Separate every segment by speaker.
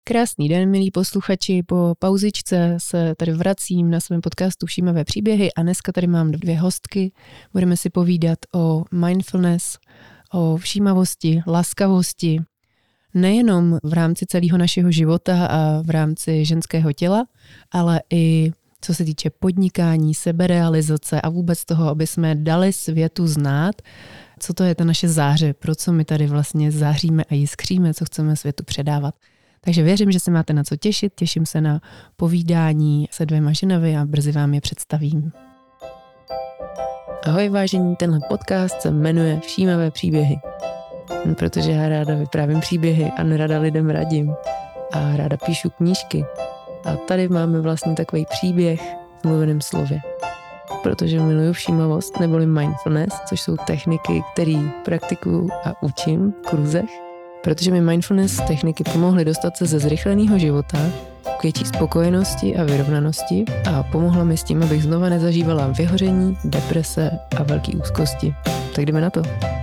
Speaker 1: Krásný den, milí posluchači, po pauzičce se tady vracím na svém podcastu Všímavé příběhy a dneska tady mám 2 hostky. Budeme si povídat o mindfulness, o všímavosti, laskavosti, nejenom v rámci celého našeho života a v rámci ženského těla, ale i co se týče podnikání, seberealizace a vůbec toho, aby jsme dali světu znát, co to je ta naše záře, pro co my tady vlastně záříme a jiskříme, co chceme světu předávat. Takže věřím, že se máte na co těšit, těším se na povídání se 2 ženami a brzy vám je představím. Ahoj vážení, tenhle podcast se jmenuje Všímavé příběhy, protože já ráda vyprávím příběhy a nerada lidem radím a ráda píšu knížky. A tady máme vlastně takový příběh v mluveném slově. Protože miluju všímavost neboli mindfulness, což jsou techniky, které praktikuju a učím v kurzech. Protože mi mindfulness techniky pomohly dostat se ze zrychleného života k větší spokojenosti a vyrovnanosti a pomohla mi s tím, abych znova nezažívala vyhoření, deprese a velké úzkosti. Tak jdeme na to.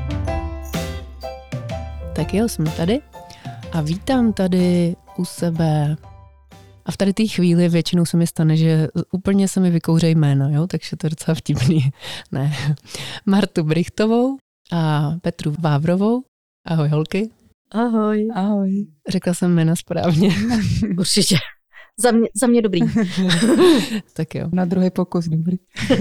Speaker 1: Tak jo, jsme tady a vítám tady u sebe. A v tady té chvíli většinou se mi stane, že úplně se mi vykouřejí jména, jo? Takže to je docela vtipný. Ne. Martu Brichtovou a Petru Vávrovou. Ahoj holky.
Speaker 2: Ahoj.
Speaker 1: Ahoj. Řekla jsem jména správně.
Speaker 2: Určitě. Za mě dobrý.
Speaker 1: Tak jo.
Speaker 3: Na druhý pokus dobrý.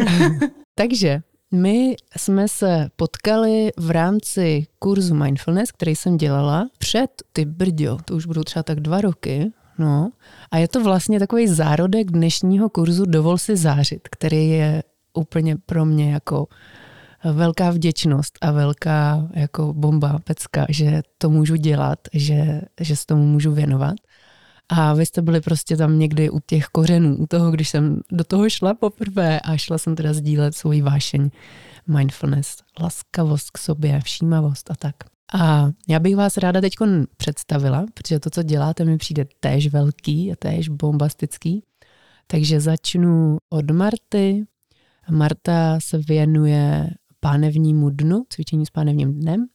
Speaker 1: Takže my jsme se potkali v rámci kurzu Mindfulness, který jsem dělala ty brďo, to už budou třeba tak 2 roky. No, a je to vlastně takový zárodek dnešního kurzu Dovol si zářit, který je úplně pro mě jako velká vděčnost a velká jako bomba, pecka, že to můžu dělat, že se tomu můžu věnovat. A vy jste byli prostě tam někdy u těch kořenů, u toho, když jsem do toho šla poprvé a šla jsem teda sdílet svoji vášeň mindfulness, laskavost k sobě, všímavost a tak. A já bych vás ráda teď představila, protože to, co děláte, mi přijde též velký a též bombastický. Takže začnu od Marty. Marta se věnuje pánevnímu dnu, cvičení s pánevním dnem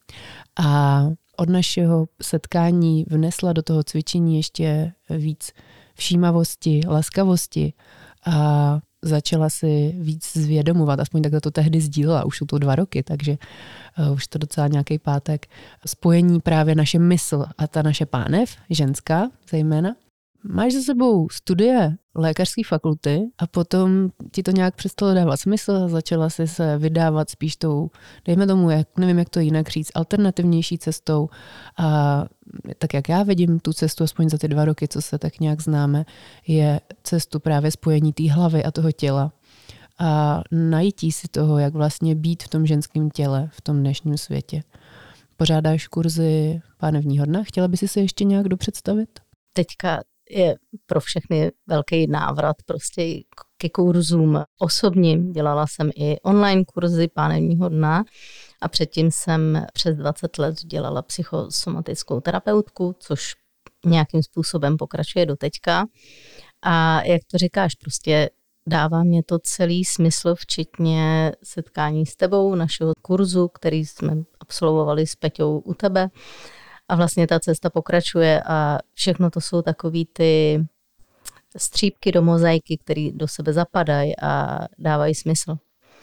Speaker 1: a od našeho setkání vnesla do toho cvičení ještě víc všímavosti, laskavosti a začala si víc zvědomovat, aspoň takhle to tehdy sdílela, už jsou to 2 roky, takže už to docela nějaký pátek. Spojení právě naše mysl a ta naše pánev, ženská zejména. Máš za sebou studie lékařské fakulty a potom ti to nějak přestalo dávat smysl a začala si se vydávat spíš tou, dejme tomu, nevím, jak to jinak říct, alternativnější cestou a tak jak já vidím tu cestu, aspoň za ty 2 roky, co se tak nějak známe, je cestu právě spojení té hlavy a toho těla a najítí si toho, jak vlastně být v tom ženském těle, v tom dnešním světě. Pořádáš kurzy pánevního dna, chtěla by si se ještě nějak dopředstavit?
Speaker 2: Teďka je pro všechny velký návrat prostě ke kurzům. Osobně dělala jsem i online kurzy pánevního dna a předtím jsem přes 20 let dělala psychosomatickou terapeutku, což nějakým způsobem pokračuje do teďka. A jak to říkáš, prostě dává mě to celý smysl, včetně setkání s tebou, našeho kurzu, který jsme absolvovali s Peťou u tebe. A vlastně ta cesta pokračuje a všechno to jsou takový ty střípky do mozaiky, které do sebe zapadají a dávají smysl.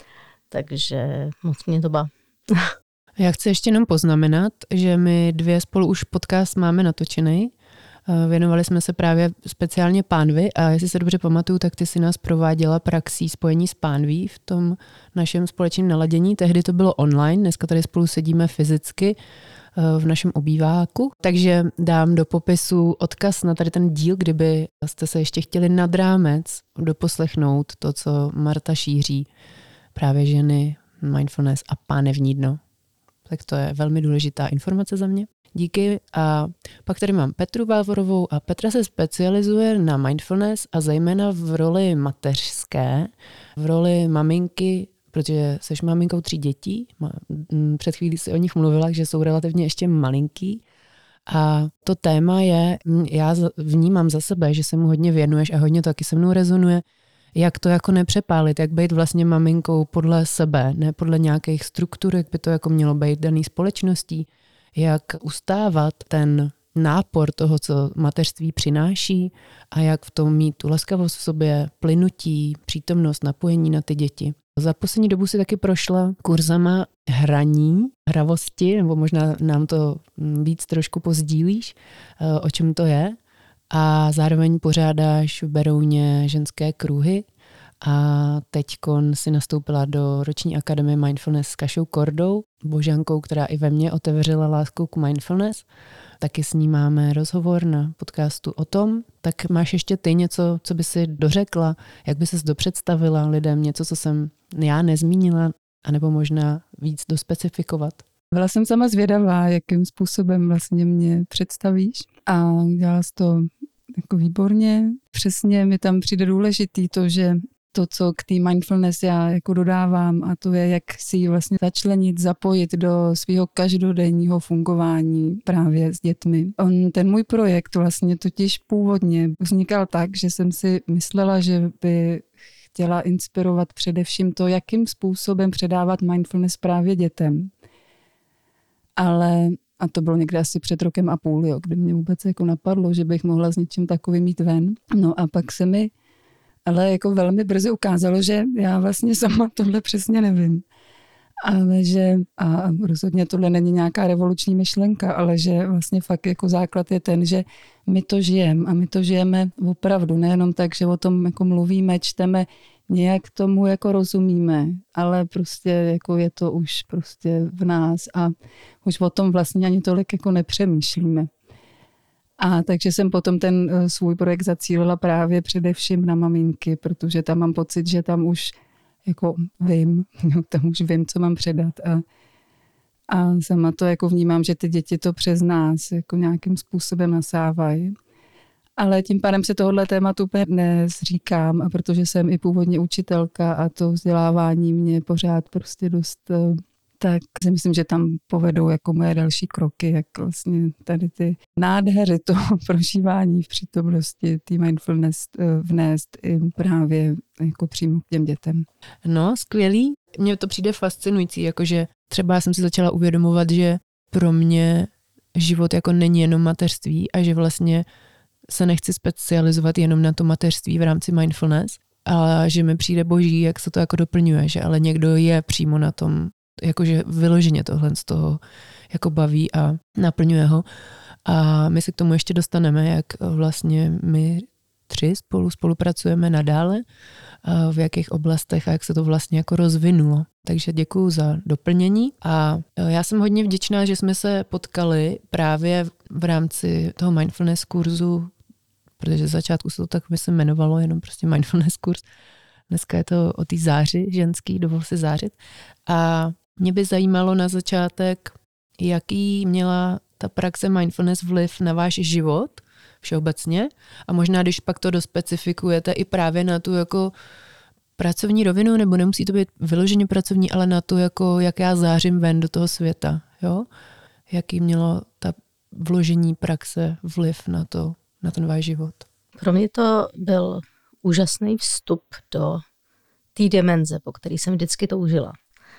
Speaker 2: Takže moc mě to baví.
Speaker 1: Já chci ještě jenom poznamenat, že my 2 spolu už podcast máme natočený. Věnovali jsme se právě speciálně pánvi a jestli se dobře pamatuju, tak ty si nás prováděla praxí spojení s pánví v tom našem společném naladění. Tehdy to bylo online, dneska tady spolu sedíme fyzicky v našem obýváku. Takže dám do popisu odkaz na tady ten díl, kdyby jste se ještě chtěli nad rámec doposlechnout to, co Marta šíří, právě ženy, mindfulness a pánevní dno. Tak to je velmi důležitá informace za mě. Díky. A pak tady mám Petru Vávorovou a Petra se specializuje na mindfulness a zejména v roli mateřské, v roli maminky, protože jsi maminkou 3 dětí. Před chvílí si o nich mluvila, že jsou relativně ještě malinký. A to téma je, já vnímám za sebe, že se mu hodně věnuješ a hodně to taky se mnou rezonuje, jak to jako nepřepálit, jak být vlastně maminkou podle sebe, ne podle nějakých struktur, jak by to jako mělo být daný společností, jak ustávat ten nápor toho, co mateřství přináší a jak v tom mít tu laskavost v sobě, plynutí, přítomnost, napojení na ty děti. Za poslední dobu si taky prošla kurzama hraní, hravosti, nebo možná nám to víc trošku pozdílíš, o čem to je. A zároveň pořádáš v Berouně ženské kruhy a teďkon si nastoupila do roční akademie Mindfulness s Kašou Kordou, Božankou, která i ve mně otevřela lásku k mindfulness. Taky s ní máme rozhovor na podcastu o tom. Tak máš ještě ty něco, co by si dořekla, jak by ses dopředstavila lidem, něco, co jsem já nezmínila, anebo možná víc dospecifikovat?
Speaker 3: Byla jsem sama zvědavá, jakým způsobem vlastně mě představíš a dělala jsi to jako výborně. Přesně mi tam přijde důležitý to, že to, co k té mindfulness já jako dodávám, a to je, jak si ji vlastně začlenit, zapojit do svého každodenního fungování právě s dětmi. Ten můj projekt vlastně totiž původně vznikal tak, že jsem si myslela, že by chtěla inspirovat především to, jakým způsobem předávat mindfulness právě dětem. A to bylo někde asi před 1,5 roku, kdy mě vůbec jako napadlo, že bych mohla s něčím takovým mít ven. No a pak se mi ale jako velmi brzy ukázalo, že já vlastně sama tohle přesně nevím. Ale že, a rozhodně tohle není nějaká revoluční myšlenka, ale že vlastně fakt jako základ je ten, že my to žijeme a my to žijeme opravdu, nejenom tak, že o tom jako mluvíme, čteme, nějak tomu jako rozumíme, ale prostě jako je to už prostě v nás a už o tom vlastně ani tolik jako nepřemýšlíme. A takže jsem potom ten svůj projekt zacílila právě především na maminky, protože tam mám pocit, že tam už jako vím, co mám předat a sama to jako vnímám, že ty děti to přes nás jako nějakým způsobem nasávají. Ale tím pádem se tohohle tématu úplně nezříkám, a protože jsem i původně učitelka a to vzdělávání mě pořád prostě dost, tak si myslím, že tam povedou jako moje další kroky, jak vlastně tady ty nádhery toho prožívání v přítomnosti, té mindfulness vnést i právě jako přímo k těm dětem.
Speaker 1: No, skvělý. Mně to přijde fascinující, jakože třeba já jsem si začala uvědomovat, že pro mě život jako není jenom mateřství a že vlastně se nechci specializovat jenom na to mateřství v rámci mindfulness, a že mi přijde boží, jak se to jako doplňuje, že ale někdo je přímo na tom, jakože vyloženě tohle z toho jako baví a naplňuje ho. A my se k tomu ještě dostaneme, jak vlastně my 3 spolupracujeme nadále, v jakých oblastech a jak se to vlastně jako rozvinulo. Takže děkuju za doplnění a já jsem hodně vděčná, že jsme se potkali právě v rámci toho mindfulness kurzu, protože z začátku se to tak myslím jmenovalo, jenom prostě mindfulness kurz. Dneska je to o té záři ženský, dovol si zářit. A mě by zajímalo na začátek, jaký měla ta praxe mindfulness vliv na váš život všeobecně a možná, když pak to dospecifikujete i právě na tu jako pracovní rovinu, nebo nemusí to být vyloženě pracovní, ale na to, jako jak já zářím ven do toho světa. Jo? Jaký mělo ta vložení praxe vliv na ten váš život?
Speaker 2: Pro mě to byl úžasný vstup do té dimenze, po který jsem vždycky toužila.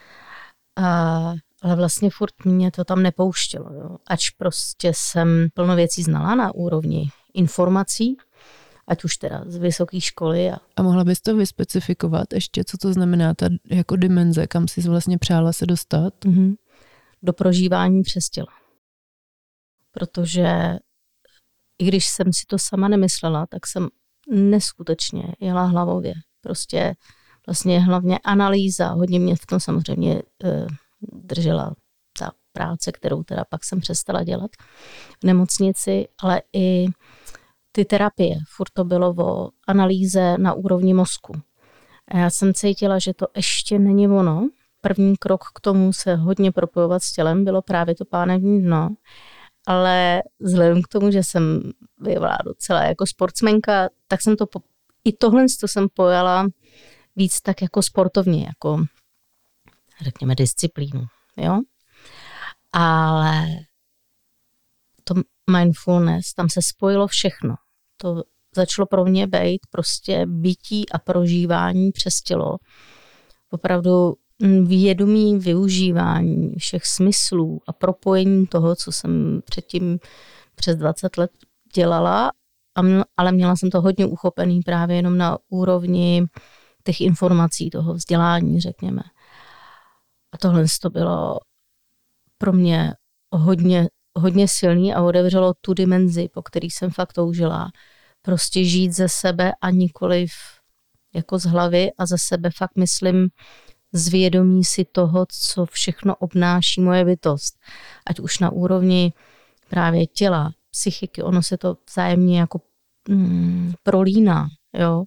Speaker 2: Ale vlastně furt mě to tam nepouštělo. Jo. Ač prostě jsem plno věcí znala na úrovni informací, ať už teda z vysoké školy.
Speaker 1: A mohla bys to vyspecifikovat ještě, co to znamená ta jako dimenze, kam jsi vlastně přála se dostat?
Speaker 2: Mm-hmm. Do prožívání přes tělo. Protože i když jsem si to sama nemyslela, tak jsem neskutečně jela hlavově. Prostě vlastně hlavně analýza, hodně mě v tom samozřejmě držela ta práce, kterou teda pak jsem přestala dělat v nemocnici, ale i ty terapie. Furt to bylo o analýze na úrovni mozku. A já jsem cítila, že to ještě není ono. První krok k tomu se hodně propojovat s tělem bylo právě to pánevní dno. Ale vzhledem k tomu, že jsem byla docela jako sportsmenka, tak jsem to i tohle jsem pojala víc tak jako sportovně, jako řekněme disciplínu, jo. Ale to mindfulness, tam se spojilo všechno. To začalo pro mě být prostě bytí a prožívání přes tělo. Opravdu vědomí využívání všech smyslů a propojení toho, co jsem předtím přes 20 let dělala, ale měla jsem to hodně uchopený právě jenom na úrovni těch informací, toho vzdělání, řekněme. A tohle to bylo pro mě hodně silný a otevřelo tu dimenzi, po který jsem fakt toužila. Prostě žít ze sebe a nikoliv jako z hlavy a ze sebe fakt myslím zvědomí si toho, co všechno obnáší moje bytost. Ať už na úrovni právě těla, psychiky, ono se to vzájemně jako prolíná, jo.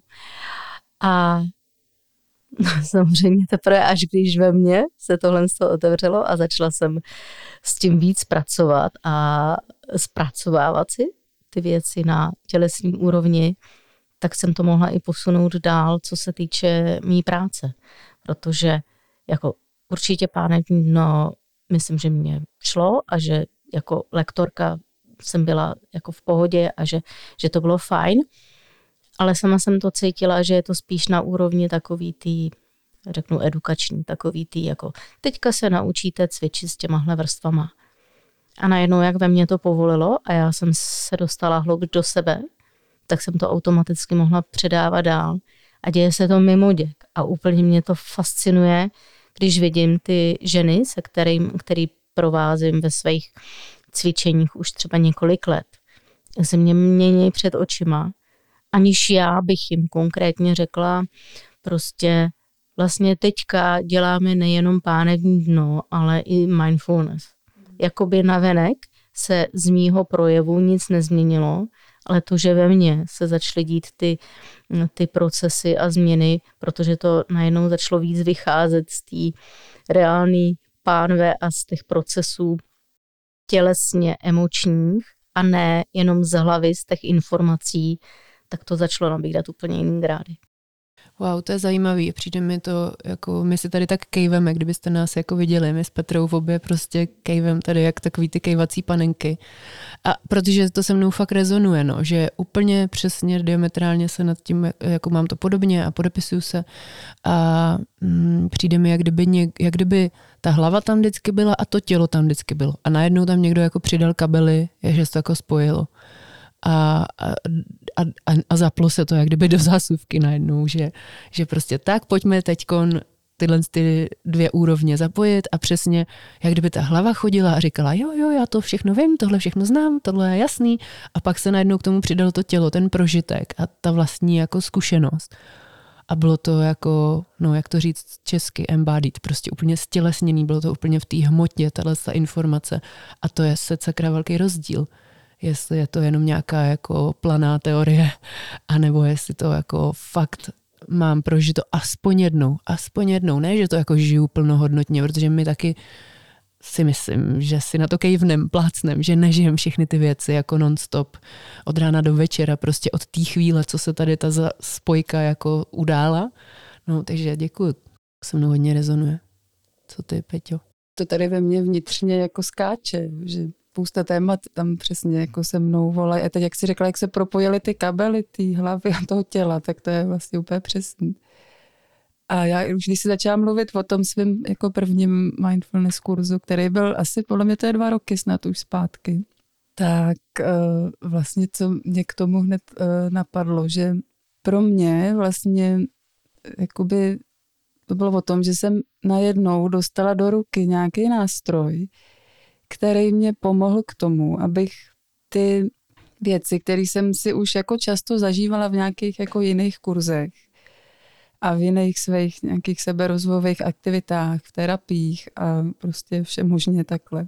Speaker 2: A samozřejmě teprve až když ve mně se tohle otevřelo a začala jsem s tím víc pracovat a zpracovávat si ty věci na tělesní úrovni, tak jsem to mohla i posunout dál, co se týče mý práce. Protože jako určitě pánevní dno, myslím, že mě šlo a že jako lektorka jsem byla jako v pohodě a že to bylo fajn. Ale sama jsem to cítila, že je to spíš na úrovni takový tý, řeknu edukační, takový tý jako teďka se naučíte cvičit s těmahle vrstvama. A najednou, jak ve mně to povolilo a já jsem se dostala hlouběji do sebe, tak jsem to automaticky mohla předávat dál. A děje se to mimo děk. A úplně mě to fascinuje, když vidím ty ženy, který provázím ve svých cvičeních už třeba několik let. Jak se mě mění před očima, aniž já bych jim konkrétně řekla, prostě vlastně teďka děláme nejenom pánevní dno, ale i mindfulness. Jakoby navenek se z mýho projevu nic nezměnilo, ale to, že ve mně se začaly dít ty procesy a změny, protože to najednou začalo víc vycházet z té reálné pánve a z těch procesů tělesně emočních a ne jenom z hlavy, z těch informací, tak to začalo nabírat úplně jiný grády.
Speaker 1: Wow, to je zajímavý. Přijde mi to, jako my si tady tak kejveme, kdybyste nás jako viděli. My s Petrou v obě prostě kejvem tady, jak takový ty kejvací panenky. A protože to se mnou fakt rezonuje, no, že úplně přesně diametrálně se nad tím, jako mám to podobně a podepisuju se a přijde mi, jak kdyby ta hlava tam vždycky byla a to tělo tam vždycky bylo. A najednou tam někdo jako přidal kabely, že se to jako spojilo. A zaplo se to jak kdyby do zásuvky najednou, že prostě tak pojďme teďkon ty dvě úrovně zapojit a přesně jak kdyby ta hlava chodila a říkala jo, já to všechno vím, tohle všechno znám, tohle je jasný a pak se najednou k tomu přidalo to tělo, ten prožitek a ta vlastní jako zkušenost. A bylo to jako, no jak to říct česky, embodied, prostě úplně stělesněný, bylo to úplně v té hmotě, tahle informace a to je sakra velký rozdíl. Jestli je to jenom nějaká jako planá teorie, anebo jestli to jako fakt mám prožito aspoň jednou, ne, že to jako žiju plnohodnotně, protože my taky si myslím, že si na to kejvnem, plácnem, že nežijem všechny ty věci jako non-stop od rána do večera, prostě od té chvíle, co se tady ta spojka jako udála. No, takže děkuju, se mnou hodně rezonuje. Co ty, Peťo?
Speaker 3: To tady ve mně vnitřně jako skáče, že spousta témat tam přesně jako se mnou volají. A teď, jak jsi řekla, jak se propojily ty kabely, ty hlavy a toho těla, tak to je vlastně úplně přesný. A já už když si začala mluvit o tom svým jako prvním mindfulness kurzu, který byl asi, podle mě to je 2 roky snad už zpátky, tak vlastně co mě k tomu hned napadlo, že pro mě vlastně jakoby to bylo o tom, že jsem najednou dostala do ruky nějaký nástroj, který mě pomohl k tomu, abych ty věci, které jsem si už jako často zažívala v nějakých jako jiných kurzech a v jiných svých nějakých seberozvojových aktivitách, v terapiích a prostě vše možně takhle.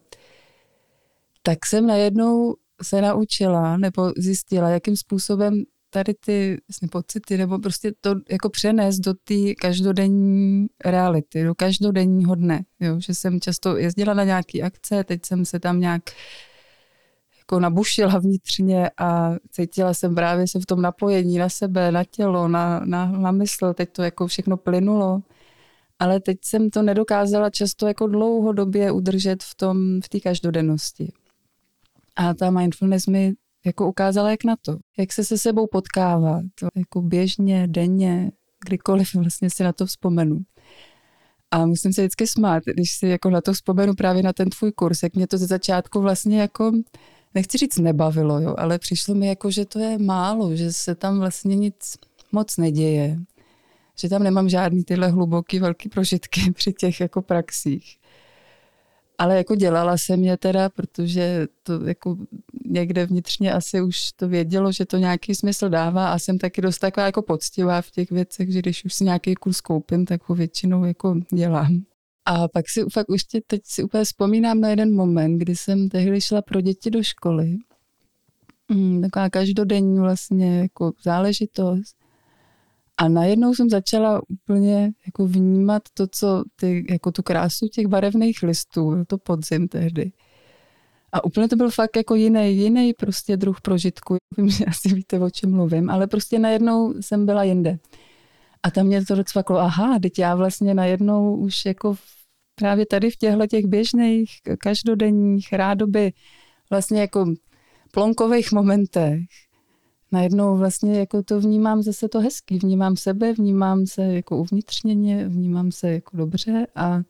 Speaker 3: Tak jsem najednou se naučila nebo zjistila, jakým způsobem tady ty vlastně pocity nebo prostě to jako přenést do té každodenní reality, do každodenního dne. Jo? Že jsem často jezdila na nějaké akce, teď jsem se tam nějak jako nabušila vnitřně a cítila jsem právě se v tom napojení na sebe, na tělo, na mysl, teď to jako všechno plynulo. Ale teď jsem to nedokázala často jako dlouhodobě udržet v té každodennosti. A ta mindfulness mi jako ukázala, jak na to. Jak se sebou potkávat, jako běžně, denně, kdykoliv vlastně si na to vzpomenu. A musím se vždycky smát, když si jako na to vzpomenu právě na ten tvůj kurz, jak mě to ze začátku vlastně jako nechci říct nebavilo, jo, ale přišlo mi jako, že to je málo, že se tam vlastně nic moc neděje. Že tam nemám žádný tyhle hluboký, velký prožitky při těch jako praxích. Ale jako dělala jsem je teda, protože to jako někde vnitřně asi už to vědělo, že to nějaký smysl dává a jsem taky dost taková jako poctivá v těch věcech, že když už si nějaký kurz koupím, tak ho většinou jako dělám. A pak si fakt už teď si úplně vzpomínám na jeden moment, kdy jsem tehdy šla pro děti do školy. Taková každodenní vlastně jako záležitost. A najednou jsem začala úplně jako vnímat to, co jako tu krásu těch barevných listů, byl to podzim tehdy. A úplně to byl fakt jako jiný prostě druh prožitku. Vím, že asi víte, o čem mluvím, ale prostě najednou jsem byla jinde. A tam mě to docvaklo, aha, teď já vlastně najednou už jako právě tady v těch běžných, každodenních, rádoby vlastně jako plonkových momentech najednou vlastně jako to vnímám zase to hezký, vnímám sebe, vnímám se jako uvnitřněně, vnímám se jako dobře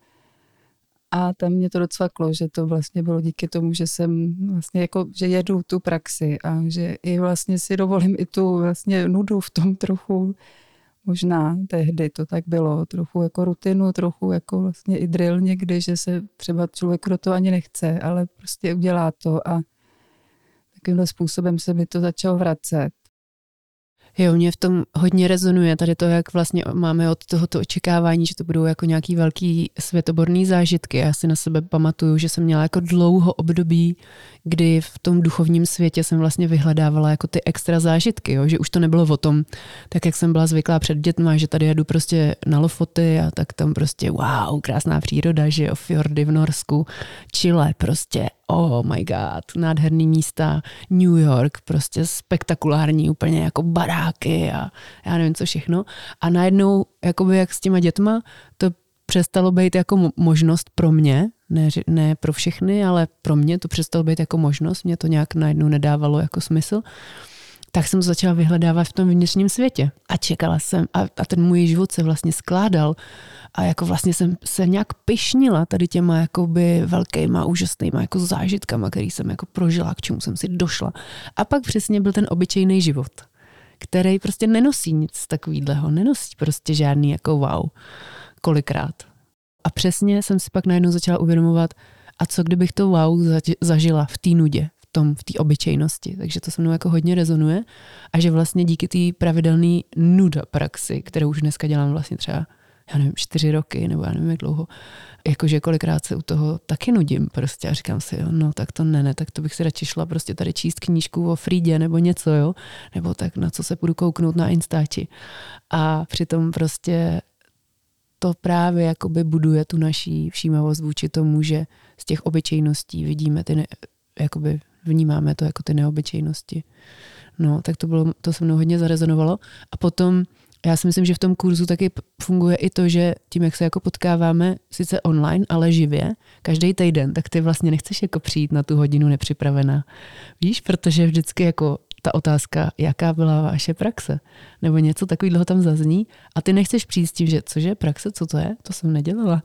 Speaker 3: a tam mě to docvaklo, že to vlastně bylo díky tomu, že jsem vlastně jako, že jedu tu praxi a že i vlastně si dovolím i tu vlastně nudu v tom trochu, možná tehdy to tak bylo, trochu jako rutinu, trochu jako vlastně i drill někdy, že se třeba člověk do toho ani nechce, ale prostě udělá to a takovýmhle způsobem se mi to začalo vracet.
Speaker 1: Jo, mě v tom hodně rezonuje tady to, jak vlastně máme od tohoto očekávání, že to budou jako nějaký velký světoborný zážitky. Já si na sebe pamatuju, že jsem měla jako dlouho období, kdy v tom duchovním světě jsem vlastně vyhledávala jako ty extra zážitky, jo? Že už to nebylo o tom, tak jak jsem byla zvyklá před dětma, že tady jedu prostě na Lofoty a tak tam prostě wow, krásná příroda, že jo, fjordy v Norsku, Chile prostě, oh my god, nádherný místa, New York, prostě spektakulární, úplně jako baráky a já nevím co všechno. A najednou, jakoby jak s těma dětma, to přestalo být jako možnost pro mě, ne pro všechny, ale pro mě to přestalo být jako možnost, mě to nějak najednou nedávalo jako smysl. Tak jsem to začala vyhledávat v tom vnitřním světě. A čekala jsem, a ten můj život se vlastně skládal a jako vlastně jsem se nějak pyšnila tady těma jakoby velkýma, úžasnýma jako zážitkama, který jsem jako prožila, k čemu jsem si došla. A pak přesně byl ten obyčejný život, který prostě nenosí nic takovýhleho, nenosí prostě žádný jako wow, kolikrát. A přesně jsem si pak najednou začala uvědomovat, a co kdybych to wow zažila v té nudě, v té obyčejnosti. Takže to se mnou jako hodně rezonuje a že vlastně díky té pravidelné nuda praxi, kterou už dneska dělám vlastně třeba, já nevím, 4 roky, nebo já nevím, jak dlouho, jakože kolikrát se u toho taky nudím prostě a říkám si, jo, no tak to ne, tak to bych si radši šla prostě tady číst knížku o Frídě nebo něco, jo, nebo tak na co se budu kouknout na Instači. A přitom prostě to právě jakoby buduje tu naší všímavost vůči tomu, že z těch obyčejností vidíme jakoby vnímáme to jako ty neobyčejnosti. No, tak to se mnou hodně zarezonovalo. A potom já si myslím, že v tom kurzu taky funguje i to, že tím, jak se jako potkáváme, sice online, ale živě, každý týden, tak ty vlastně nechceš jako přijít na tu hodinu nepřipravená. Víš, protože vždycky jako ta otázka, jaká byla vaše praxe, nebo něco takového tam zazní a ty nechceš přijít s tím, že cože, praxe, co to je? To jsem nedělala.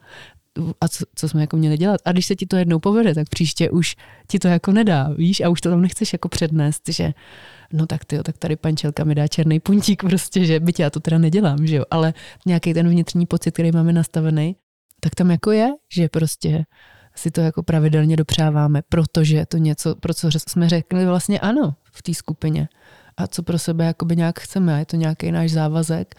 Speaker 1: A co jsme jako měli dělat. A když se ti to jednou povede, tak příště už ti to jako nedá, víš, a už to tam nechceš jako přednést, že no tak tyjo, tak tady pančelka mi dá černý puntík prostě, že byť já to teda nedělám, že jo, ale nějaký ten vnitřní pocit, který máme nastavený, tak tam jako je, že prostě si to jako pravidelně dopřáváme, protože to něco, pro co jsme řekli vlastně ano v té skupině a co pro sebe jakoby nějak chceme, je to nějaký náš závazek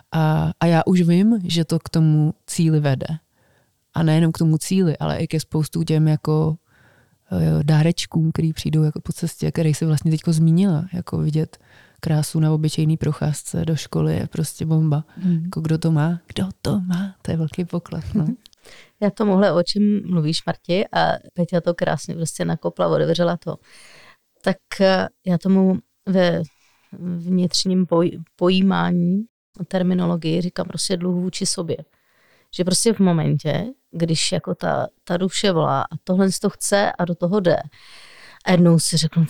Speaker 1: a já už vím, že to k tomu cíli vede. A nejenom k tomu cíli, ale i ke spoustu těm jako dárečkům, který přijdou jako po cestě, který si vlastně teďko zmínila, jako vidět krásu na obyčejný procházce do školy je prostě bomba. Jako kdo to má? To je velký poklad. No.
Speaker 2: Já tomuhle, o čem mluvíš, Marti, a Peťa to krásně prostě nakopla, otevřela to. Tak já tomu ve vnitřním pojímání terminologii říkám prostě dluh vůči sobě. Že prostě v momentě, když jako ta duše volá a tohle to chce a do toho jde. A jednou si řeknu,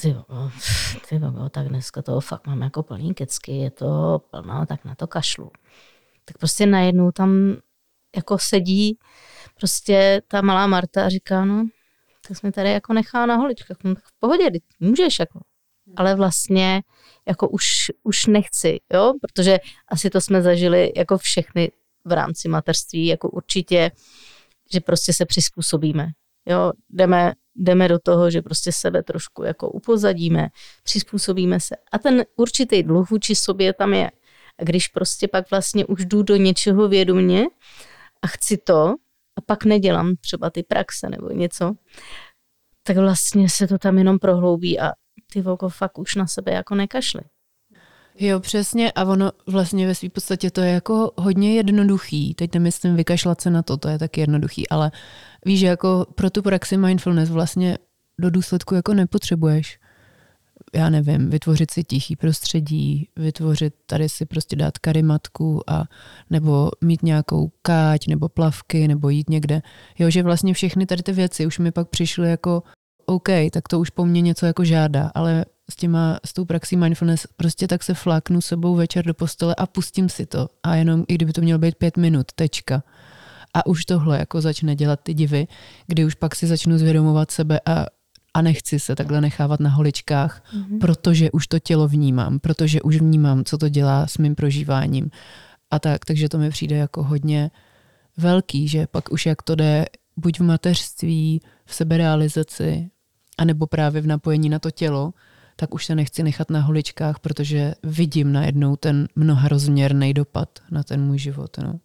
Speaker 2: ty tak dneska toho fakt mám jako plný kecky, je to plná, tak na to kašlu. Tak prostě najednou tam jako sedí prostě ta malá Marta a říká, no, tak jsme tady jako nechala na holičkách. No tak v pohodě, můžeš jako. Ale vlastně jako už nechci, jo, protože asi to jsme zažili jako všechny v rámci mateřství, jako určitě, že prostě se přizpůsobíme, jo, jdeme do toho, že prostě sebe trošku jako upozadíme, přizpůsobíme se a ten určitý dluh vůči sobě tam je. A když prostě pak vlastně už jdu do něčeho vědomě a chci to a pak nedělám třeba ty praxe nebo něco, tak vlastně se to tam jenom prohloubí a ty voko fakt už na sebe jako nekašli.
Speaker 1: Jo, přesně a ono vlastně ve své podstatě to je jako hodně jednoduchý. Teď nemyslím vykašlat se na to je taky jednoduchý, ale víš, že jako pro tu praxi mindfulness vlastně do důsledku jako nepotřebuješ, já nevím, vytvořit si tichý prostředí, vytvořit tady si prostě dát karimatku a nebo mít nějakou káť nebo plavky nebo jít někde. Jo, že vlastně všechny tady ty věci už mi pak přišly jako OK, tak to už po mně něco jako žádá, ale s tou praxí mindfulness prostě tak se fláknu sebou večer do postele a pustím si to. A jenom, i kdyby to mělo být 5 minut, tečka. A už tohle jako začne dělat ty divy, kdy už pak si začnu zvědomovat sebe a nechci se takhle nechávat na holičkách, protože už to tělo vnímám, protože už vnímám, co to dělá s mým prožíváním. A takže to mi přijde jako hodně velký, že pak už jak to jde buď v mateřství, v seberealizaci, anebo právě v napojení na to tělo, tak už se nechci nechat na holičkách, protože vidím najednou ten mnoharozměrný dopad na ten můj život. No.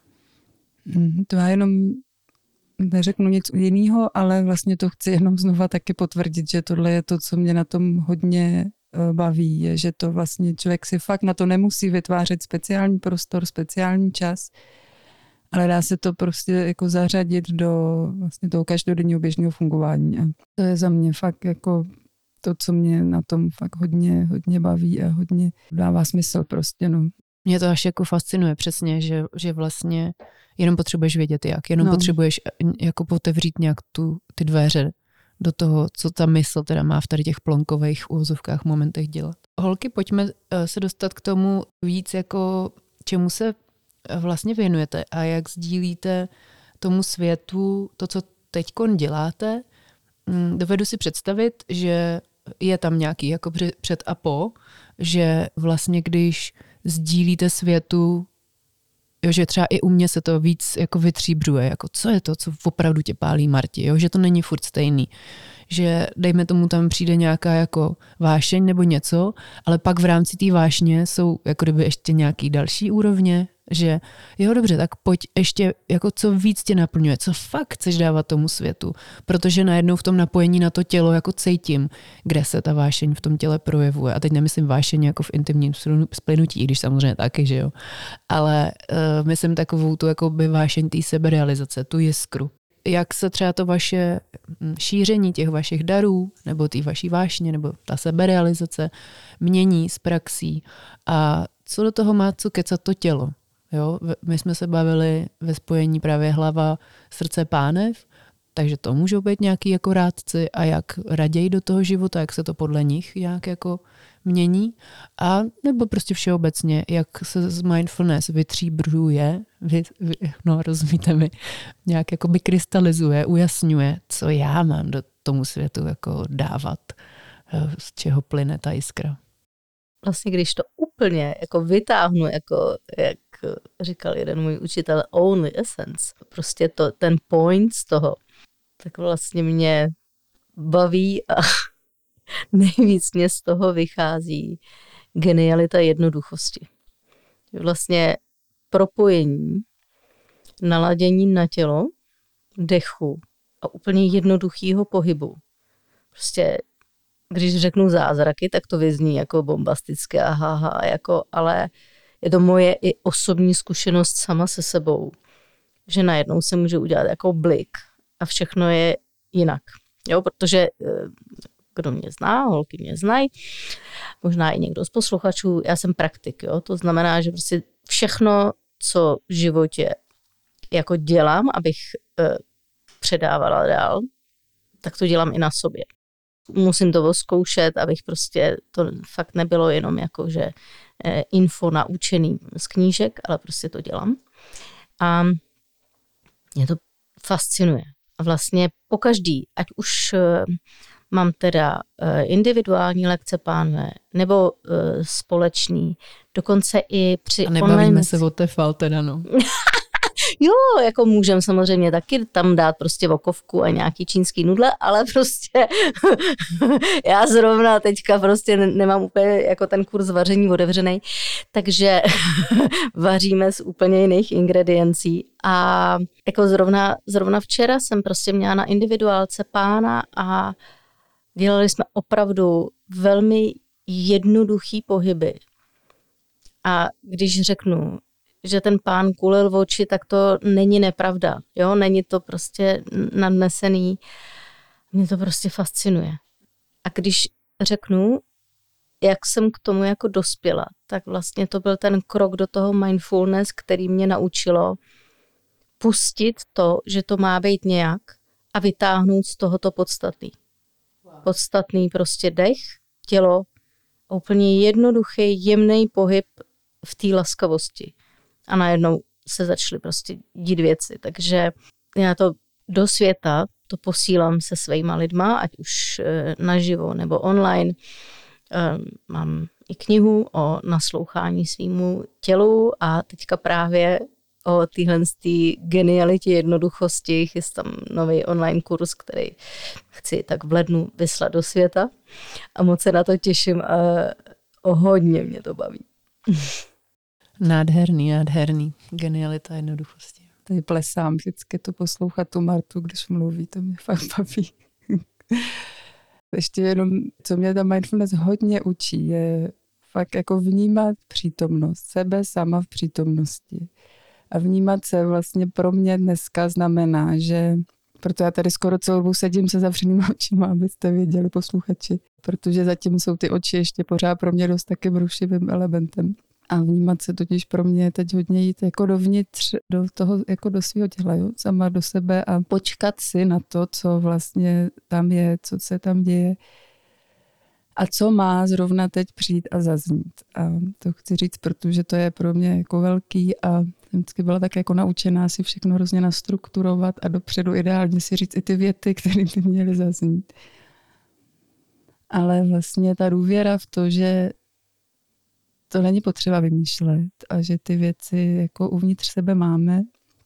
Speaker 3: To já jenom neřeknu nic jiného, ale vlastně to chci jenom znova taky potvrdit, že tohle je to, co mě na tom hodně baví, je, že to vlastně člověk si fakt na to nemusí vytvářet speciální prostor, speciální čas, ale dá se to prostě jako zařadit do vlastně toho každodenního běžného fungování. A to je za mě fakt jako to, co mě na tom fakt hodně baví a hodně dává smysl prostě, no.
Speaker 1: Mě to až jako fascinuje přesně, že vlastně jenom potřebuješ vědět jak, jenom potřebuješ jako otevřít nějak ty dveře do toho, co ta mysl teda má v tady těch plonkových úvozovkách momentech dělat. Holky, pojďme se dostat k tomu víc jako čemu se vlastně věnujete a jak sdílíte tomu světu to, co teďkon děláte. Dovedu si představit, že je tam nějaký jako před a po, že vlastně když sdílíte světu, jo, že třeba i u mě se to víc jako vytříbřuje, jako co je to, co opravdu tě pálí, Marti, jo, že to není furt stejný, že dejme tomu tam přijde nějaká jako vášeň nebo něco, ale pak v rámci té vášně jsou jako kdyby ještě nějaký další úrovně, že jo, dobře, tak pojď ještě, jako co víc tě naplňuje, co fakt chceš dávat tomu světu, protože najednou v tom napojení na to tělo jako cítím, kde se ta vášeň v tom těle projevuje. A teď nemyslím vášeň jako v intimním splynutí, i když samozřejmě taky, že jo, ale myslím takovou tu jakoby vášeň té seberealizace, tu jiskru. Jak se třeba to vaše šíření těch vašich darů, nebo té vaší vášně, nebo ta seberealizace mění s praxí a co do toho má co kecat to tělo. Jo, my jsme se bavili ve spojení právě hlava, srdce, pánev, takže to můžou být nějaký jako rádci a jak raději do toho života, jak se to podle nich nějak jako mění a nebo prostě všeobecně, jak se z mindfulness vytříbruje, rozumíte mi, nějak jako by krystalizuje, ujasňuje, co já mám do tomu světu jako dávat, z čeho plyne ta jiskra.
Speaker 2: Vlastně když to úplně jako vytáhnu, jako jak říkal jeden můj učitel, only essence, prostě ten point z toho, tak vlastně mě baví a nejvíc mě z toho vychází genialita jednoduchosti. Vlastně propojení, naladění na tělo, dechu a úplně jednoduchýho pohybu. Prostě když řeknu zázraky, tak to vyzní jako bombastické, jako, ale je to moje i osobní zkušenost sama se sebou, že najednou se může udělat jako blik a všechno je jinak. Jo, protože kdo mě zná, holky mě znají, možná i někdo z posluchačů, já jsem praktik, jo, to znamená, že prostě všechno, co v životě jako dělám, abych předávala dál, tak to dělám i na sobě. Musím to zkoušet, abych prostě to fakt nebylo jenom jako, že info naučený z knížek, ale prostě to dělám. A mě to fascinuje. vlastně pokaždý, ať už mám teda individuální lekce pánve, nebo společný, dokonce i při
Speaker 1: online... A nebavíme se o tefal teda, no.
Speaker 2: Jo, jako můžem samozřejmě taky tam dát prostě vokovku a nějaký čínský nudle, ale prostě já zrovna teďka prostě nemám úplně jako ten kurz vaření otevřenej, takže vaříme z úplně jiných ingrediencí. A jako zrovna včera jsem prostě měla na individuálce pána a dělali jsme opravdu velmi jednoduchý pohyby. A když řeknu, že ten pán kulil v oči, tak to není nepravda. Jo? Není to prostě nadnesený. Mě to prostě fascinuje. A když řeknu, jak jsem k tomu jako dospěla, tak vlastně to byl ten krok do toho mindfulness, který mě naučilo pustit to, že to má být nějak a vytáhnout z toho to podstatný. Podstatný prostě dech, tělo a úplně jednoduchý, jemný pohyb v té laskavosti. A najednou se začaly prostě dít věci. Takže já to do světa to posílám se svýma lidma, ať už naživo nebo online. Mám i knihu o naslouchání svýmu tělu a teďka právě o téhle genialitě, jednoduchosti chystám nový online kurz, který chci tak v lednu vyslat do světa a moc se na to těším a hodně mě to baví.
Speaker 1: Nádherný. Genialita jednoduchosti.
Speaker 3: Tady plesám vždycky to poslouchat tu Martu, když mluví, to mě fakt baví. Ještě jenom, co mě ta mindfulness hodně učí, je fakt jako vnímat přítomnost, sebe sama v přítomnosti. A vnímat se vlastně pro mě dneska znamená, že, proto já tady skoro celou dobu sedím se zavřenýma očima, abyste věděli posluchači, protože zatím jsou ty oči ještě pořád pro mě dost taky rušivým elementem. A vnímat se totiž pro mě je teď hodně jít jako dovnitř, do toho, jako do svého těla, jo? Sama do sebe a počkat si na to, co vlastně tam je, co se tam děje a co má zrovna teď přijít a zaznít. A to chci říct, protože to je pro mě jako velký a vždycky byla tak jako naučená si všechno hrozně nastrukturovat a dopředu ideálně si říct i ty věty, které by měly zaznít. Ale vlastně ta důvěra v to, že to není potřeba vymýšlet a že ty věci jako uvnitř sebe máme.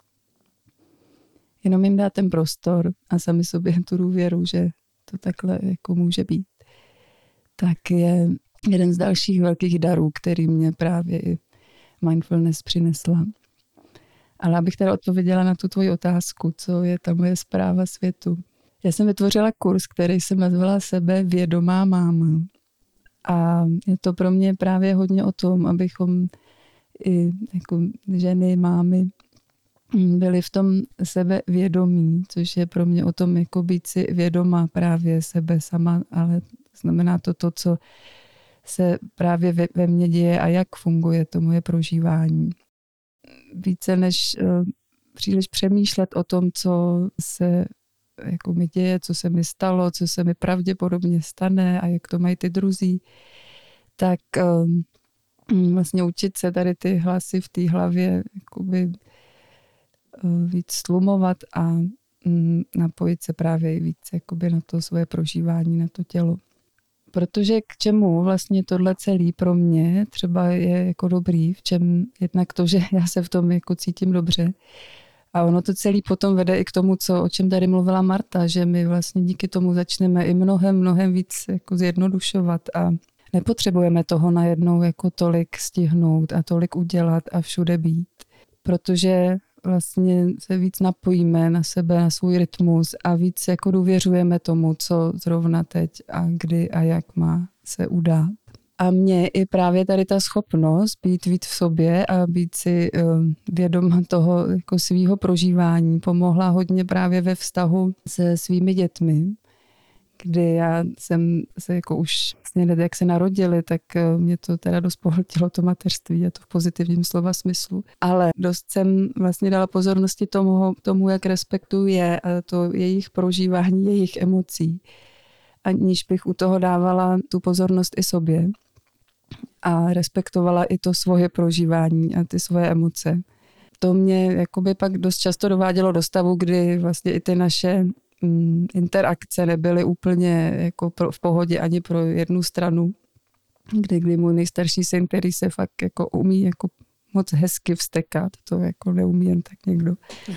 Speaker 3: Jenom jim dát ten prostor a sami sobě tu důvěru, že to takhle jako může být. Tak je jeden z dalších velkých darů, který mě právě i mindfulness přinesla. Ale abych teda odpověděla na tu tvoji otázku, co je ta moje zpráva světu. Já jsem vytvořila kurz, který jsem nazvala Sebevědomá máma. A je to pro mě právě hodně o tom, abychom i jako ženy, mámy byli v tom sebevědomí, což je pro mě o tom jako být si vědoma právě sebe sama, ale znamená to, co se právě ve mně děje a jak funguje to moje prožívání. Více než příliš přemýšlet o tom, co se jako mi děje, co se mi stalo, co se mi pravděpodobně stane a jak to mají ty druzí, tak vlastně učit se tady ty hlasy v té hlavě jakoby víc slumovat a napojit se právě víc jakoby na to svoje prožívání, na to tělo. Protože k čemu vlastně tohle celý pro mě třeba je jako dobrý, v čem jednak to, že já se v tom jako cítím dobře, a ono to celý potom vede i k tomu, o čem tady mluvila Marta, že my vlastně díky tomu začneme i mnohem víc jako zjednodušovat a nepotřebujeme toho najednou jako tolik stihnout a tolik udělat a všude být, protože vlastně se víc napojíme na sebe, na svůj rytmus a víc jako důvěřujeme tomu, co zrovna teď a kdy a jak má se udát. A mně i právě tady ta schopnost být víc v sobě a být si vědoma toho jako svýho prožívání pomohla hodně právě ve vztahu se svými dětmi, kdy já jsem se jako už vlastně, jak se narodili, tak mě to teda dost pohltilo to mateřství a to v pozitivním slova smyslu. Ale dost jsem vlastně dala pozornosti tomu, jak respektuju je a to jejich prožívání, jejich emocí. Aniž bych u toho dávala tu pozornost i sobě a respektovala i to svoje prožívání a ty svoje emoce. to mě jakoby pak dost často dovádělo do stavu, kdy vlastně i ty naše interakce nebyly úplně jako v pohodě ani pro jednu stranu, kdy můj nejstarší syn, který se fakt jako umí jako moc hezky vztekat, to jako neumí jen tak někdo,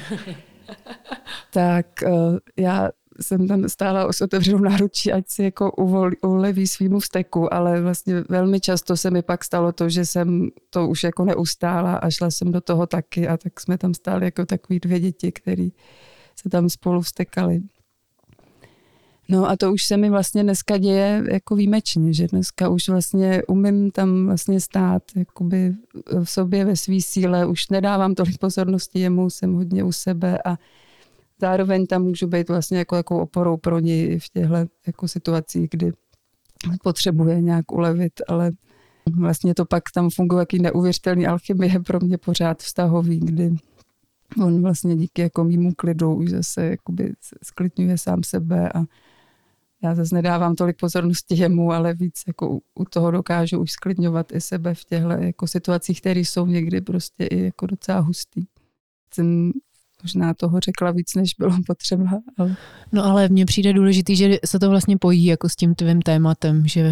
Speaker 3: tak já jsem tam stála s otevřenou náručí, ať si jako uleví svýmu vzteku, ale vlastně velmi často se mi pak stalo to, že jsem to už jako neustála a šla jsem do toho taky a tak jsme tam stáli jako takový 2 děti, který se tam spolu vztekali. No a to už se mi vlastně dneska děje jako výjimečně, že dneska už vlastně umím tam vlastně stát jakoby v sobě ve svý síle, už nedávám tolik pozornosti jemu, jsem hodně u sebe a zároveň tam můžu být vlastně jako oporou pro něj v těchto jako situacích, kdy potřebuje nějak ulevit, ale vlastně to pak tam funguje jaký neuvěřitelný alchymie pro mě pořád vztahový, kdy on vlastně díky jako mýmu klidu už zase jakoby sklidňuje sám sebe a já zase nedávám tolik pozornosti jemu, ale víc jako u toho dokážu už sklidňovat i sebe v těchto jako situacích, které jsou někdy prostě i jako docela hustý. Jsem možná toho řekla víc, než bylo potřeba. Ale...
Speaker 1: No ale mně přijde důležitý, že se to vlastně pojí jako s tím tvým tématem, že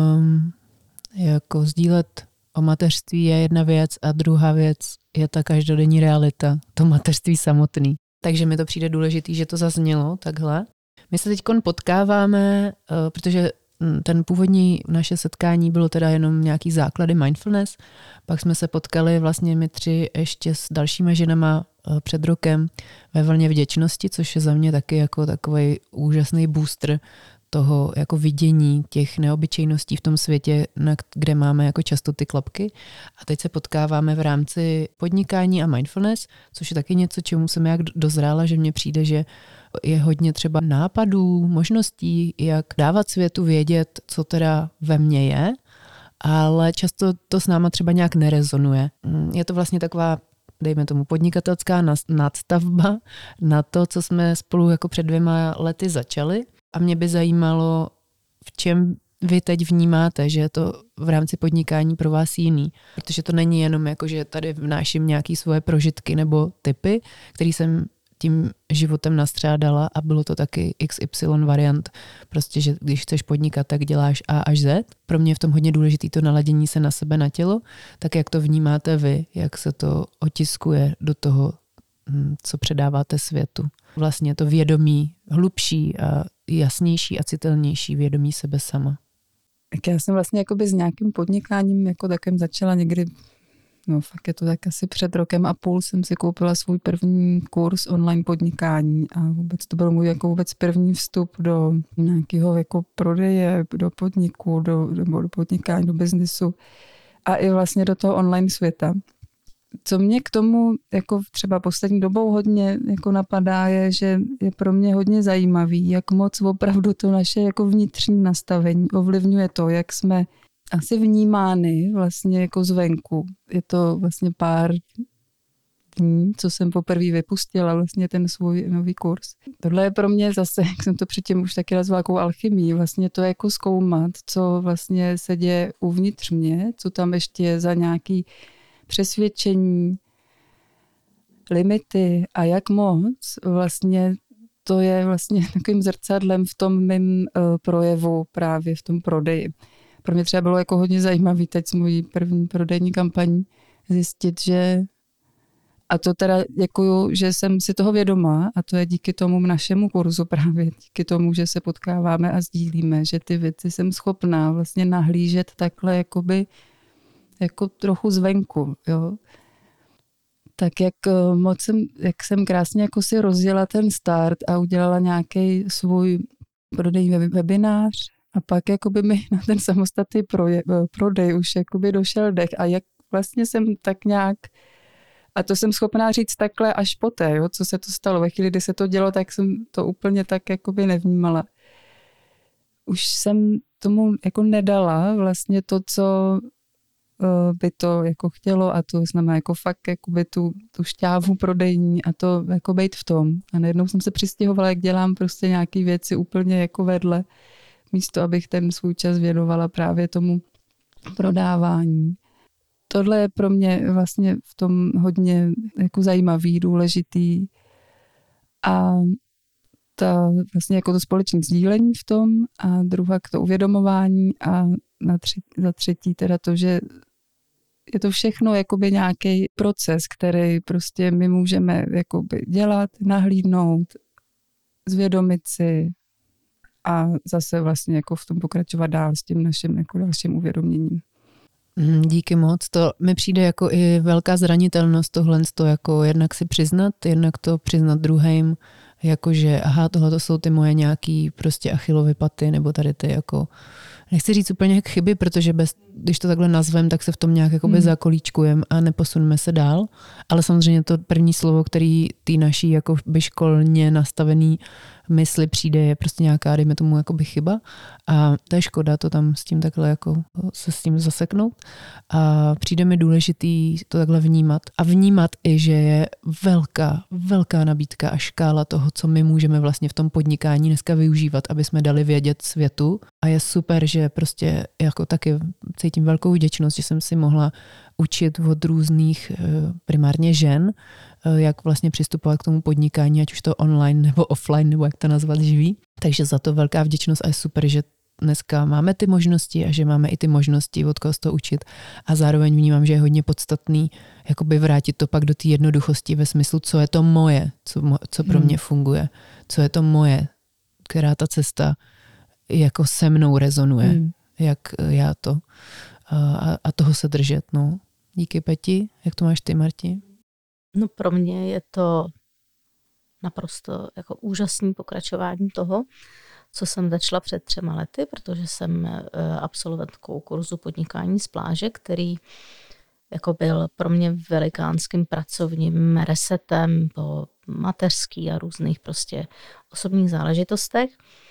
Speaker 1: jako sdílet o mateřství je jedna věc a druhá věc je ta každodenní realita, to mateřství samotný. Takže mi to přijde důležitý, že to zaznělo takhle. My se teď potkáváme, protože ten původní naše setkání bylo teda jenom nějaký základy mindfulness, pak jsme se potkali vlastně my 3 ještě s dalšíma ženama před rokem ve vlně vděčnosti, což je za mě taky jako takový úžasný booster toho jako vidění těch neobyčejností v tom světě, kde máme jako často ty klapky. A teď se potkáváme v rámci podnikání a mindfulness, což je taky něco, čemu jsem jak dozrála, že mně přijde, že je hodně třeba nápadů, možností, jak dávat světu vědět, co teda ve mně je, ale často to s náma třeba nějak nerezonuje. Je to vlastně taková, dejme tomu, podnikatelská nadstavba na to, co jsme spolu jako před 2 lety začali. A mě by zajímalo, v čem vy teď vnímáte, že je to v rámci podnikání pro vás jiný. Protože to není jenom jako, že tady vnáším nějaké svoje prožitky nebo typy, který jsem tím životem nastřádala a bylo to taky XY variant. Prostě, že když chceš podnikat, tak děláš A až Z. Pro mě je v tom hodně důležitý to naladění se na sebe, na tělo. Tak jak to vnímáte vy, jak se to otiskuje do toho, co předáváte světu. Vlastně to vědomí hlubší a jasnější a citelnější vědomí sebe sama.
Speaker 3: Tak já jsem vlastně jakoby s nějakým podnikáním jako takovým začala někdy, no fakt je to tak asi před 1,5 roku jsem si koupila svůj první kurz online podnikání a vůbec to byl můj jako vůbec první vstup do nějakého jako prodeje, do podniku, do podnikání, do biznisu a i vlastně do toho online světa. Co mě k tomu jako třeba poslední dobou hodně jako napadá je, že je pro mě hodně zajímavý, jak moc opravdu to naše jako vnitřní nastavení ovlivňuje to, jak jsme asi vnímány vlastně jako zvenku. Je to vlastně pár dní, co jsem poprvé vypustila vlastně ten svůj nový kurz. Tohle je pro mě zase, jak jsem to předtím už taky nazvala jako alchymii, vlastně to jako zkoumat, co vlastně se děje uvnitř mě, co tam ještě je za nějaký přesvědčení, limity a jak moc vlastně to je vlastně takovým zrcadlem v tom mým projevu právě v tom prodeji. Pro mě třeba bylo jako hodně zajímavý teď s mojí první prodejní kampaní zjistit, že a to teda děkuju, že jsem si toho vědomá a to je díky tomu našemu kurzu právě, díky tomu, že se potkáváme a sdílíme, že ty věci jsem schopná vlastně nahlížet takhle jakoby jako trochu zvenku, jo. Tak jak jsem krásně jako si rozjela ten start a udělala nějaký svůj prodejní webinář a pak jakoby mi na ten samostatný prodej už jakoby došel dech a jak vlastně jsem tak nějak, a to jsem schopná říct takhle až poté, jo, co se to stalo. Ve chvíli, kdy se to dělo, tak jsem to úplně tak jakoby nevnímala. Už jsem tomu jako nedala vlastně to, co by to jako chtělo a to znamená jako fakt jakoby tu šťávu prodejní a to jako být v tom. A najednou jsem se přistěhovala, jak dělám prostě nějaký věci úplně jako vedle, místo abych ten svůj čas věnovala právě tomu prodávání. tohle je pro mě vlastně v tom hodně jako zajímavý, důležitý a vlastně jako to společné sdílení v tom a druhá to uvědomování a za třetí teda to, že je to všechno jakoby nějaký proces, který prostě my můžeme jakoby dělat, nahlídnout, zvědomit si a zase vlastně jako v tom pokračovat dál s tím naším jako dalším uvědoměním.
Speaker 1: Díky moc. To mi přijde jako i velká zranitelnost tohle, to jako jednak si přiznat, jednak to přiznat druhým, jakože aha, tohle to jsou ty moje nějaký prostě Achillovy paty, nebo tady ty jako, nechci říct úplně jak chyby, protože když to takhle nazvem, tak se v tom nějak jakoby zakolíčkujeme a neposuneme se dál, ale samozřejmě to první slovo, který tý naší jako by školně nastavený mysli přijde, je prostě nějaká, dejme tomu, jakoby chyba a to je škoda to tam s tím takhle jako se s tím zaseknout a přijde mi důležitý to takhle vnímat a vnímat i, že je velká nabídka a škála toho, co my můžeme vlastně v tom podnikání dneska využívat, aby jsme dali vědět světu a je super, že prostě jako taky cítím velkou vděčnost, že jsem si mohla učit od různých primárně žen, jak vlastně přistupovat k tomu podnikání, ať už to online nebo offline, nebo jak to nazvat živý. Takže za to velká vděčnost a je super, že dneska máme ty možnosti a že máme i ty možnosti, od koho se to učit. A zároveň vnímám, že je hodně podstatný jakoby vrátit to pak do té jednoduchosti ve smyslu, co je to moje, co pro mě funguje, co je to moje, která ta cesta jako se mnou rezonuje, jak já to a toho se držet. No. Díky, Peti. Jak to máš ty, Marti?
Speaker 2: No pro mě je to naprosto jako úžasný pokračování toho, co jsem začala před 3 lety, protože jsem absolventkou kurzu podnikání z pláže, který jako byl pro mě velikánským pracovním resetem po mateřský a různých prostě osobních záležitostech.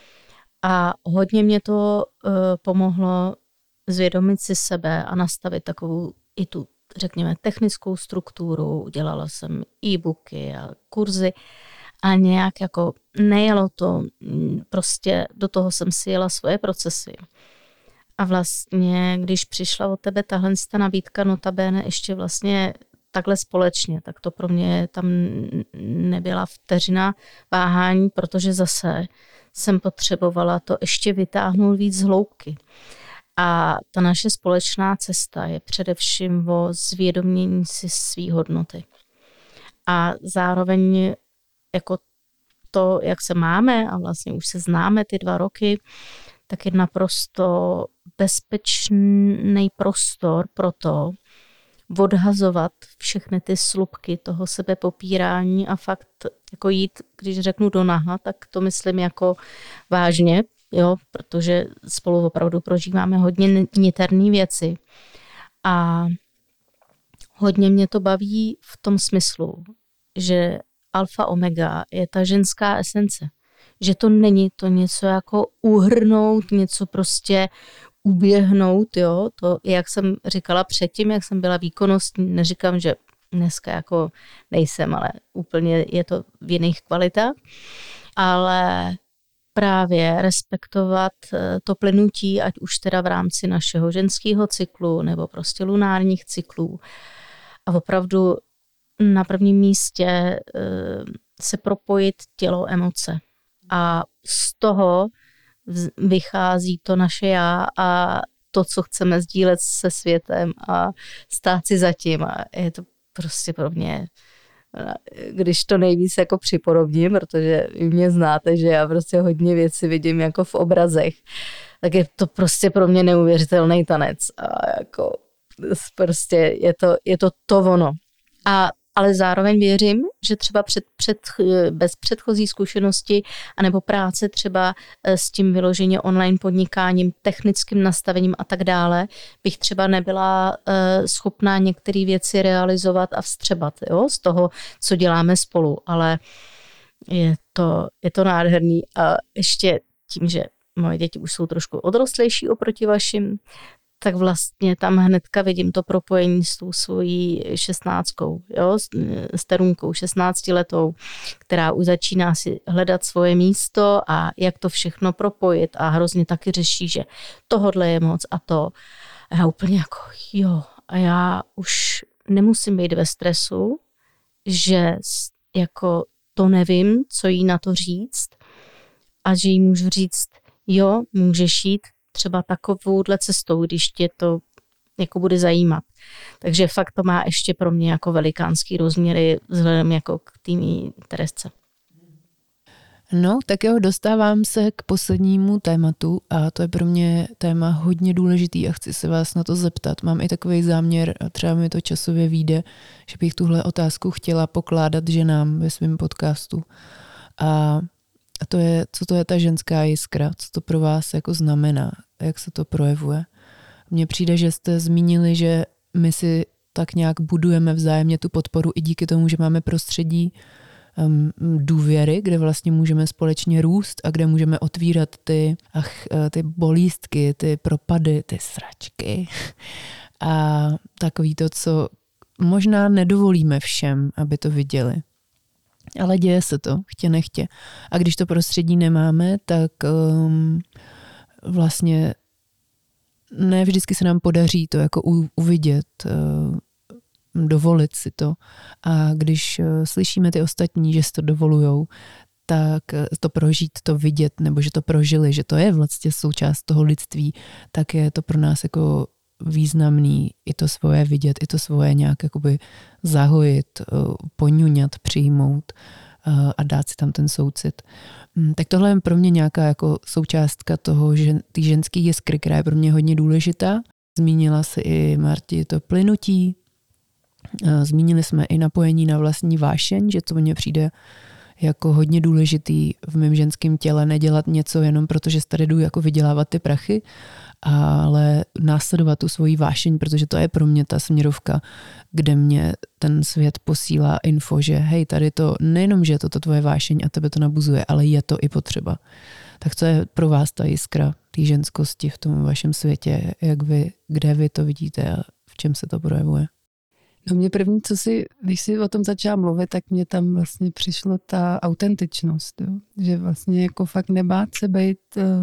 Speaker 2: A hodně mě to pomohlo zvědomit si sebe a nastavit takovou i tu, řekněme, technickou strukturu. Dělala jsem e-booky a kurzy a nějak jako nejelo to, prostě do toho jsem si jela svoje procesy. A vlastně, když přišla od tebe tahle nabídka notabene ještě vlastně takhle společně, tak to pro mě tam nebyla vteřina váhání, protože zase jsem potřebovala to ještě vytáhnout víc z hloubky. A ta naše společná cesta je především o zvědomění si svý hodnoty. A zároveň jako to, jak se máme a vlastně už se známe ty 2 roky, tak je naprosto bezpečný prostor pro to odhazovat všechny ty slupky toho sebepopírání a fakt jako jít, když řeknu do naha, tak to myslím jako vážně, jo, protože spolu opravdu prožíváme hodně niterné věci. A hodně mě to baví v tom smyslu, že alfa omega je ta ženská esence. Že to není to něco jako uhrnout, něco prostě uběhnout, jo. To, jak jsem říkala předtím, jak jsem byla výkonnostní, neříkám, že dneska jako nejsem, ale úplně je to v jiných kvalitách. Ale právě respektovat to plynutí, ať už teda v rámci našeho ženského cyklu nebo prostě lunárních cyklů. A opravdu na prvním místě se propojit tělo, emoce. A z toho vychází to naše já a to, co chceme sdílet se světem a stát si za tím. A je to prostě pro mě, když to nejvíc jako připodobním, protože vy mě znáte, že já prostě hodně věcí vidím jako v obrazech, tak je to prostě pro mě neuvěřitelný tanec. A jako prostě je to ono. Ale zároveň věřím, že třeba bez předchozí zkušenosti anebo práce třeba s tím vyloženě online podnikáním, technickým nastavením a tak dále, bych třeba nebyla schopná některé věci realizovat a vstřebat, jo, z toho, co děláme spolu. Ale je to nádherný a ještě tím, že moje děti už jsou trošku odrostlejší oproti vašim, tak vlastně tam hnedka vidím to propojení s tou svojí 16, jo, s Terunkou 16letou, která už začíná si hledat svoje místo a jak to všechno propojit a hrozně taky řeší, že tohodle je moc a to. A já úplně jako jo. a já už nemusím být ve stresu, že jako to nevím, co jí na to říct a že jí můžu říct, jo, můžeš jít třeba takovouhle cestou, když tě to jako bude zajímat. Takže fakt to má ještě pro mě jako velikánský rozměry vzhledem jako k tými Teresce.
Speaker 1: No, tak jo, dostávám se k poslednímu tématu a to je pro mě téma hodně důležitý a chci se vás na to zeptat. Mám i takový záměr, a třeba mi to časově vyjde, že bych tuhle otázku chtěla pokládat ženám ve svém podcastu. A to je, co to je ta ženská jiskra, co to pro vás jako znamená, jak se to projevuje. Mně přijde, že jste zmínili, že my si tak nějak budujeme vzájemně tu podporu i díky tomu, že máme prostředí důvěry, kde vlastně můžeme společně růst a kde můžeme otvírat ty bolístky, ty propady, ty sračky a takový to, co možná nedovolíme všem, aby to viděli. Ale děje se to, chtě nechtě. A když to prostředí nemáme, tak vlastně ne vždycky se nám podaří to jako uvidět, dovolit si to. A když slyšíme ty ostatní, že si to dovolujou, tak to prožít, to vidět, nebo že to prožili, že to je vlastně součást toho lidství, tak je to pro nás jako významný i to svoje vidět, i to svoje nějak jakoby zahojit, poňuňat, přijmout a dát si tam ten soucit. Tak tohle je pro mě nějaká jako součástka toho, že ty ženský jiskry, která je pro mě hodně důležitá. Zmínila si i Marti to plynutí, zmínili jsme i napojení na vlastní vášeň, že to mně přijde jako hodně důležitý v mém ženském těle, nedělat něco jenom proto, že tady jdu jako vydělávat ty prachy, ale následovat tu svoji vášeň, protože to je pro mě ta směrovka, kde mě ten svět posílá info, že hej, tady to nejenom, že je to tvoje vášeň a tebe to nabuzuje, ale je to i potřeba. Tak co je pro vás ta jiskra té ženskosti v tom vašem světě, kde vy to vidíte a v čem se to projevuje?
Speaker 3: No mě první, když si o tom začala mluvit, tak mě tam vlastně přišlo ta autentičnost, jo? Že vlastně jako fakt nebát se být,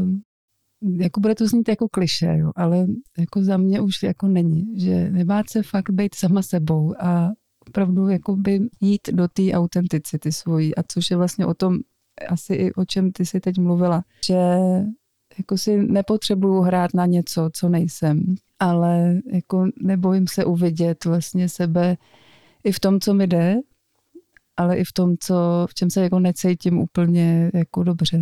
Speaker 3: jako bude to znít jako klišé, jo? Ale jako za mě už jako není, že nebát se fakt být sama sebou a opravdu jakoby jít do té autenticity svojí, a což je vlastně o tom, asi i o čem ty jsi teď mluvila, že jako si nepotřebuju hrát na něco, co nejsem, ale jako nebojím se uvidět vlastně sebe i v tom, co mi jde, ale i v tom, v čem se jako necítím úplně jako dobře.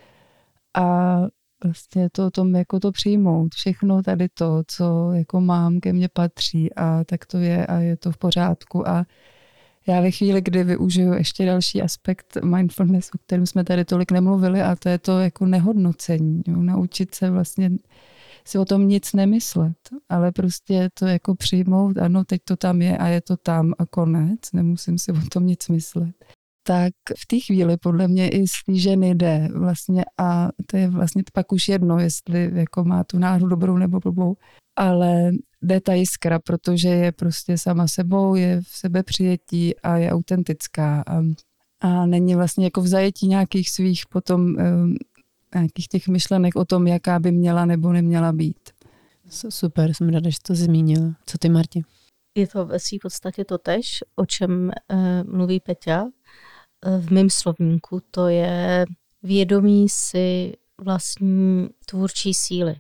Speaker 3: A vlastně to o tom jako to přijmout. Všechno tady to, co jako mám, ke mně patří a tak to je a je to v pořádku. A já ve chvíli, kdy využiju ještě další aspekt mindfulness, o kterém jsme tady tolik nemluvili, a to je to jako nehodnocení. Jo? Naučit se vlastně si o tom nic nemyslet, ale prostě to jako přijmout, ano, teď to tam je a je to tam a konec, nemusím si o tom nic myslet. Tak v té chvíli podle mě i z té ženy jde vlastně, a to je vlastně pak už jedno, jestli jako má tu náhodu dobrou nebo blbou, ale jde ta jiskra, protože je prostě sama sebou, je v sebepřijetí a je autentická a není vlastně jako v zajetí nějakých svých potom nějakých těch myšlenek o tom, jaká by měla nebo neměla být.
Speaker 1: Super, jsem ráda, že to zmínila. Co ty, Marti?
Speaker 2: Je to ve své podstatě totéž, o čem mluví Peťa. V mém slovníku to je vědomí si vlastní tvůrčí síly.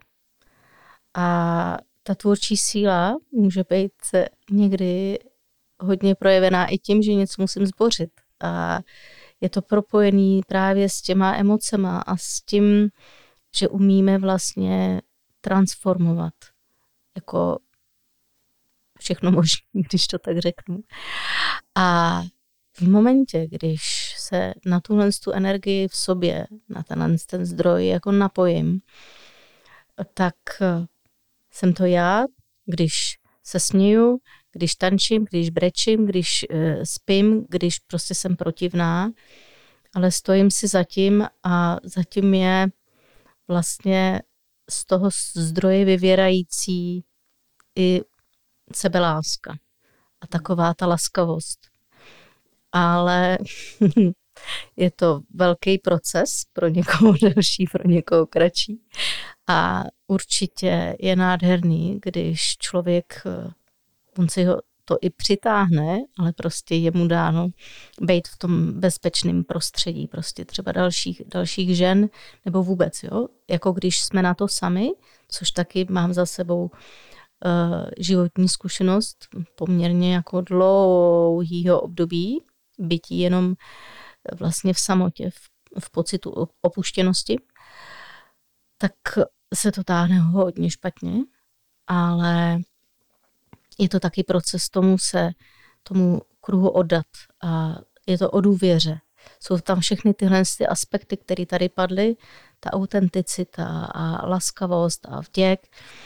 Speaker 2: A ta tvůrčí síla může být někdy hodně projevená i tím, že něco musím zbořit. A je to propojený právě s těma emocema a s tím, že umíme vlastně transformovat jako všechno možné, když to tak řeknu. A v momentě, když se na tuhle tu energii v sobě, na ten zdroj jako napojím, tak jsem to já, když se směju, když tančím, když brečím, když spím, když prostě jsem protivná, ale stojím si zatím a zatím je vlastně z toho zdroje vyvěrající i sebeláska a taková ta laskavost. Ale je to velký proces, pro někoho delší, pro někoho kratší. A určitě je nádherný, když člověk on si ho to i přitáhne, ale prostě je mu dáno být v tom bezpečném prostředí, prostě třeba dalších žen, nebo vůbec, jo. Jako když jsme na to sami, což taky mám za sebou životní zkušenost poměrně jako dlouhýho období, bytí jenom vlastně v samotě, v pocitu opuštěnosti, tak se to táhne hodně špatně, ale je to taky proces tomu kruhu oddat a je to o důvěře. Jsou tam všechny tyhle ty aspekty, které tady padly, ta autenticita a laskavost a vděk,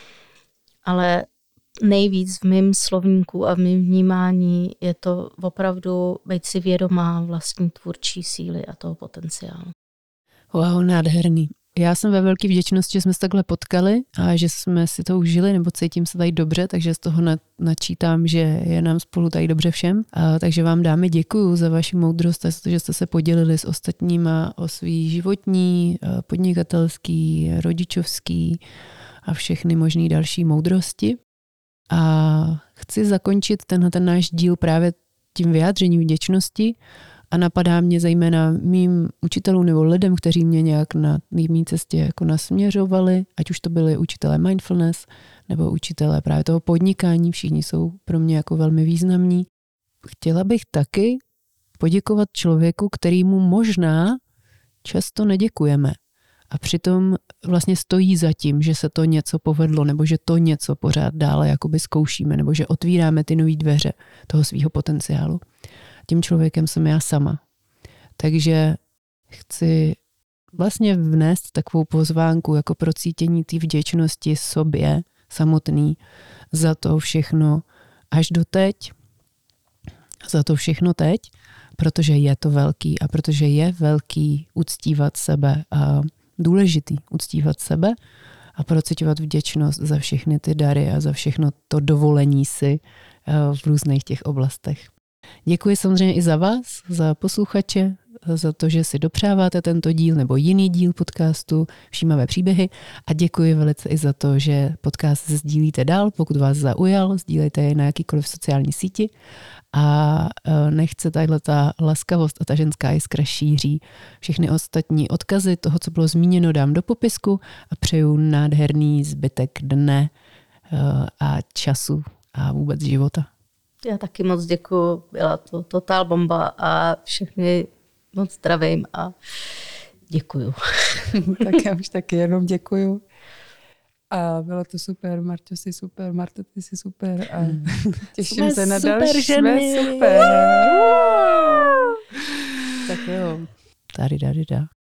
Speaker 2: ale nejvíc v mém slovníku a v mém vnímání je to opravdu být si vědomá vlastní tvůrčí síly a toho potenciálu.
Speaker 1: Wow, nádherný. Já jsem ve velké vděčnosti, že jsme se takhle potkali a že jsme si to užili, nebo cítím se tady dobře, takže z toho načítám, že je nám spolu tady dobře všem. Takže vám, dámy, děkuju za vaši moudrost a za to, že jste se podělili s ostatníma o svý životní, podnikatelský, rodičovský a všechny možný další moudrosti. A chci zakončit ten náš díl právě tím vyjádřením vděčnosti a napadá mě zejména mým učitelům nebo lidem, kteří mě nějak na mý cestě jako nasměřovali, ať už to byli učitelé mindfulness nebo učitelé právě toho podnikání, všichni jsou pro mě jako velmi významní. Chtěla bych taky poděkovat člověku, kterýmu možná často neděkujeme. A přitom vlastně stojí za tím, že se to něco povedlo, nebo že to něco pořád dále jakoby zkoušíme, nebo že otvíráme ty nové dveře toho svého potenciálu. Tím člověkem jsem já sama. Takže chci vlastně vnést takovou pozvánku jako procítění té vděčnosti sobě samotný za to všechno až doteď, za to všechno teď, protože je to velký a protože je velký uctívat sebe a důležitý uctívat sebe a procitovat vděčnost za všechny ty dary a za všechno to dovolení si v různých těch oblastech. Děkuji samozřejmě i za vás, za posluchače, za to, že si dopřáváte tento díl nebo jiný díl podcastu Všímavé příběhy a děkuji velice i za to, že podcast sdílíte dál, pokud vás zaujal, sdílejte je na jakýkoliv sociální síti a nechce tato laskavost a ta ženská jiskra šíří. Všechny ostatní odkazy toho, co bylo zmíněno, dám do popisku a přeju nádherný zbytek dne a času a vůbec života.
Speaker 2: Já taky moc děkuju, byla to totál bomba a všechny moc zdravím a děkuju.
Speaker 3: Tak já už taky jenom děkuju. A bylo to super, Marťo, jsi super, Marta, ty jsi super a těším se na další.
Speaker 1: Jsme super. Tak jo, tady.